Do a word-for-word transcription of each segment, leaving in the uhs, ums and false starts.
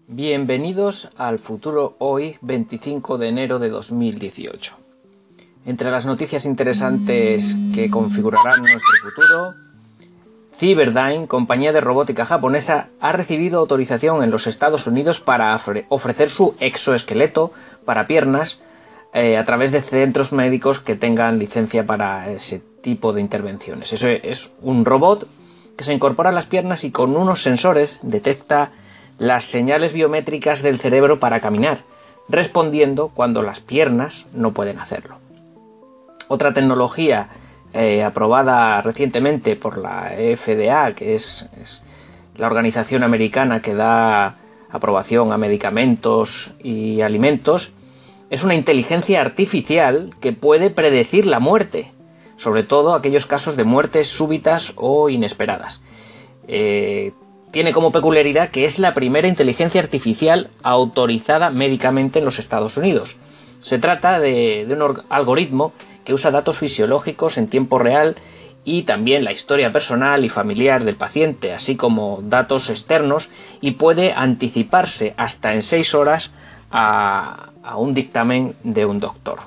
Bienvenidos al futuro hoy, veinticinco de enero de dos mil dieciocho. Entre las noticias interesantes que configurarán nuestro futuro, Cyberdyne, compañía de robótica japonesa, ha recibido autorización en los Estados Unidos para ofrecer su exoesqueleto para piernas eh, a través de centros médicos que tengan licencia para ese tipo de intervenciones. Eso es un robot que se incorpora a las piernas y con unos sensores detecta las señales biométricas del cerebro para caminar, respondiendo cuando las piernas no pueden hacerlo. Otra tecnología eh, aprobada recientemente por la F D A, que es, es la organización americana que da aprobación a medicamentos y alimentos, es una inteligencia artificial que puede predecir la muerte, sobre todo aquellos casos de muertes súbitas o inesperadas. Eh, Tiene como peculiaridad que es la primera inteligencia artificial autorizada médicamente en los Estados Unidos. Se trata de, de un algoritmo que usa datos fisiológicos en tiempo real y también la historia personal y familiar del paciente, así como datos externos, y puede anticiparse hasta en seis horas a, a un dictamen de un doctor.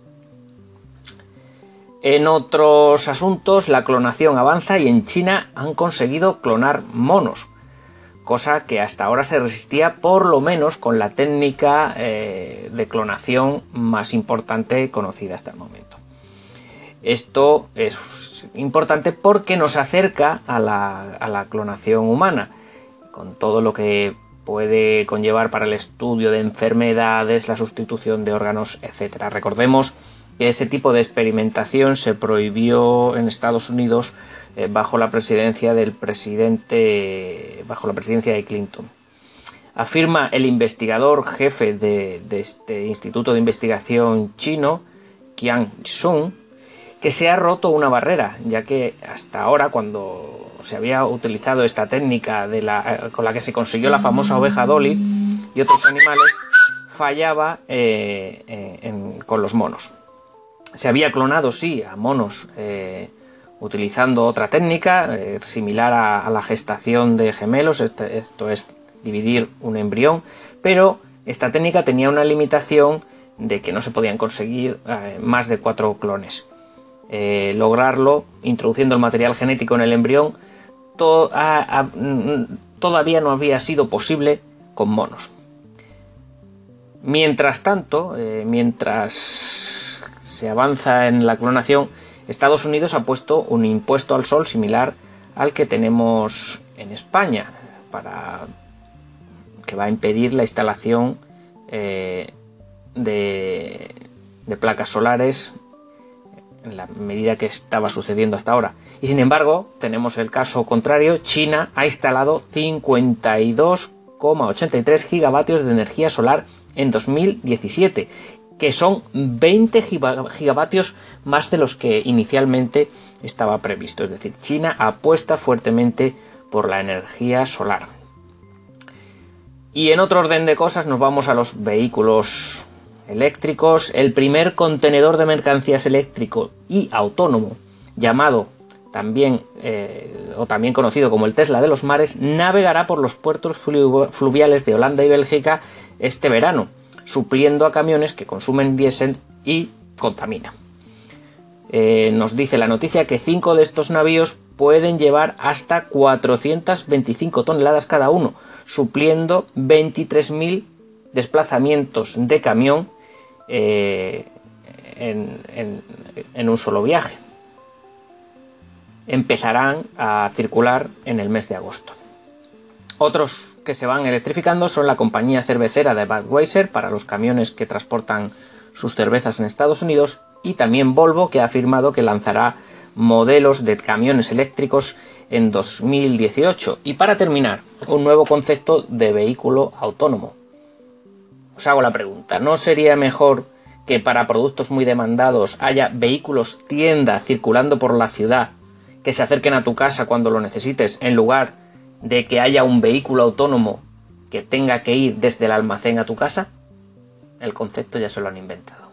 En otros asuntos, la clonación avanza y en China han conseguido clonar monos, cosa que hasta ahora se resistía por lo menos con la técnica eh, de clonación más importante conocida hasta el momento. Esto es importante porque nos acerca a la, a la clonación humana, con todo lo que puede conllevar para el estudio de enfermedades, la sustitución de órganos, etcétera. Recordemos que ese tipo de experimentación se prohibió en Estados Unidos eh, bajo la presidencia del presidente, bajo la presidencia de Clinton. Afirma el investigador jefe de, de este instituto de investigación chino, Qian Xun, que se ha roto una barrera, ya que hasta ahora, cuando se había utilizado esta técnica de la, con la que se consiguió la famosa oveja Dolly y otros animales, fallaba eh, eh, en, con los monos. Se había clonado, sí, a monos eh, utilizando otra técnica eh, similar a, a la gestación de gemelos, esto, esto es dividir un embrión, pero esta técnica tenía una limitación de que no se podían conseguir eh, más de cuatro clones. Eh, lograrlo introduciendo el material genético en el embrión to a, a, todavía no había sido posible con monos. Mientras tanto, eh, mientras se avanza en la clonación, Estados Unidos ha puesto un impuesto al sol similar al que tenemos en España, para que va a impedir la instalación eh, de, de placas solares en la medida que estaba sucediendo hasta ahora. Y sin embargo, tenemos el caso contrario. China ha instalado cincuenta y dos coma ochenta y tres gigavatios de energía solar en dos mil diecisiete, que son veinte gigavatios más de los que inicialmente estaba previsto. Es decir, China apuesta fuertemente por la energía solar. Y en otro orden de cosas nos vamos a los vehículos eléctricos. El primer contenedor de mercancías eléctrico y autónomo, llamado también eh, o también conocido como el Tesla de los mares, navegará por los puertos flu fluviales de Holanda y Bélgica este verano, supliendo a camiones que consumen diésel y contaminan. Eh, nos dice la noticia que cinco de estos navíos pueden llevar hasta cuatrocientas veinticinco toneladas cada uno, supliendo veintitrés mil desplazamientos de camión eh, en, en, en un solo viaje. Empezarán a circular en el mes de agosto. Otros que se van electrificando son la compañía cervecera de Budweiser para los camiones que transportan sus cervezas en Estados Unidos, y también Volvo, que ha afirmado que lanzará modelos de camiones eléctricos en dos mil dieciocho. Y para terminar, un nuevo concepto de vehículo autónomo. Os hago la pregunta, ¿no sería mejor que para productos muy demandados haya vehículos tienda circulando por la ciudad que se acerquen a tu casa cuando lo necesites, en lugar de que haya un vehículo autónomo que tenga que ir desde el almacén a tu casa? El concepto ya se lo han inventado.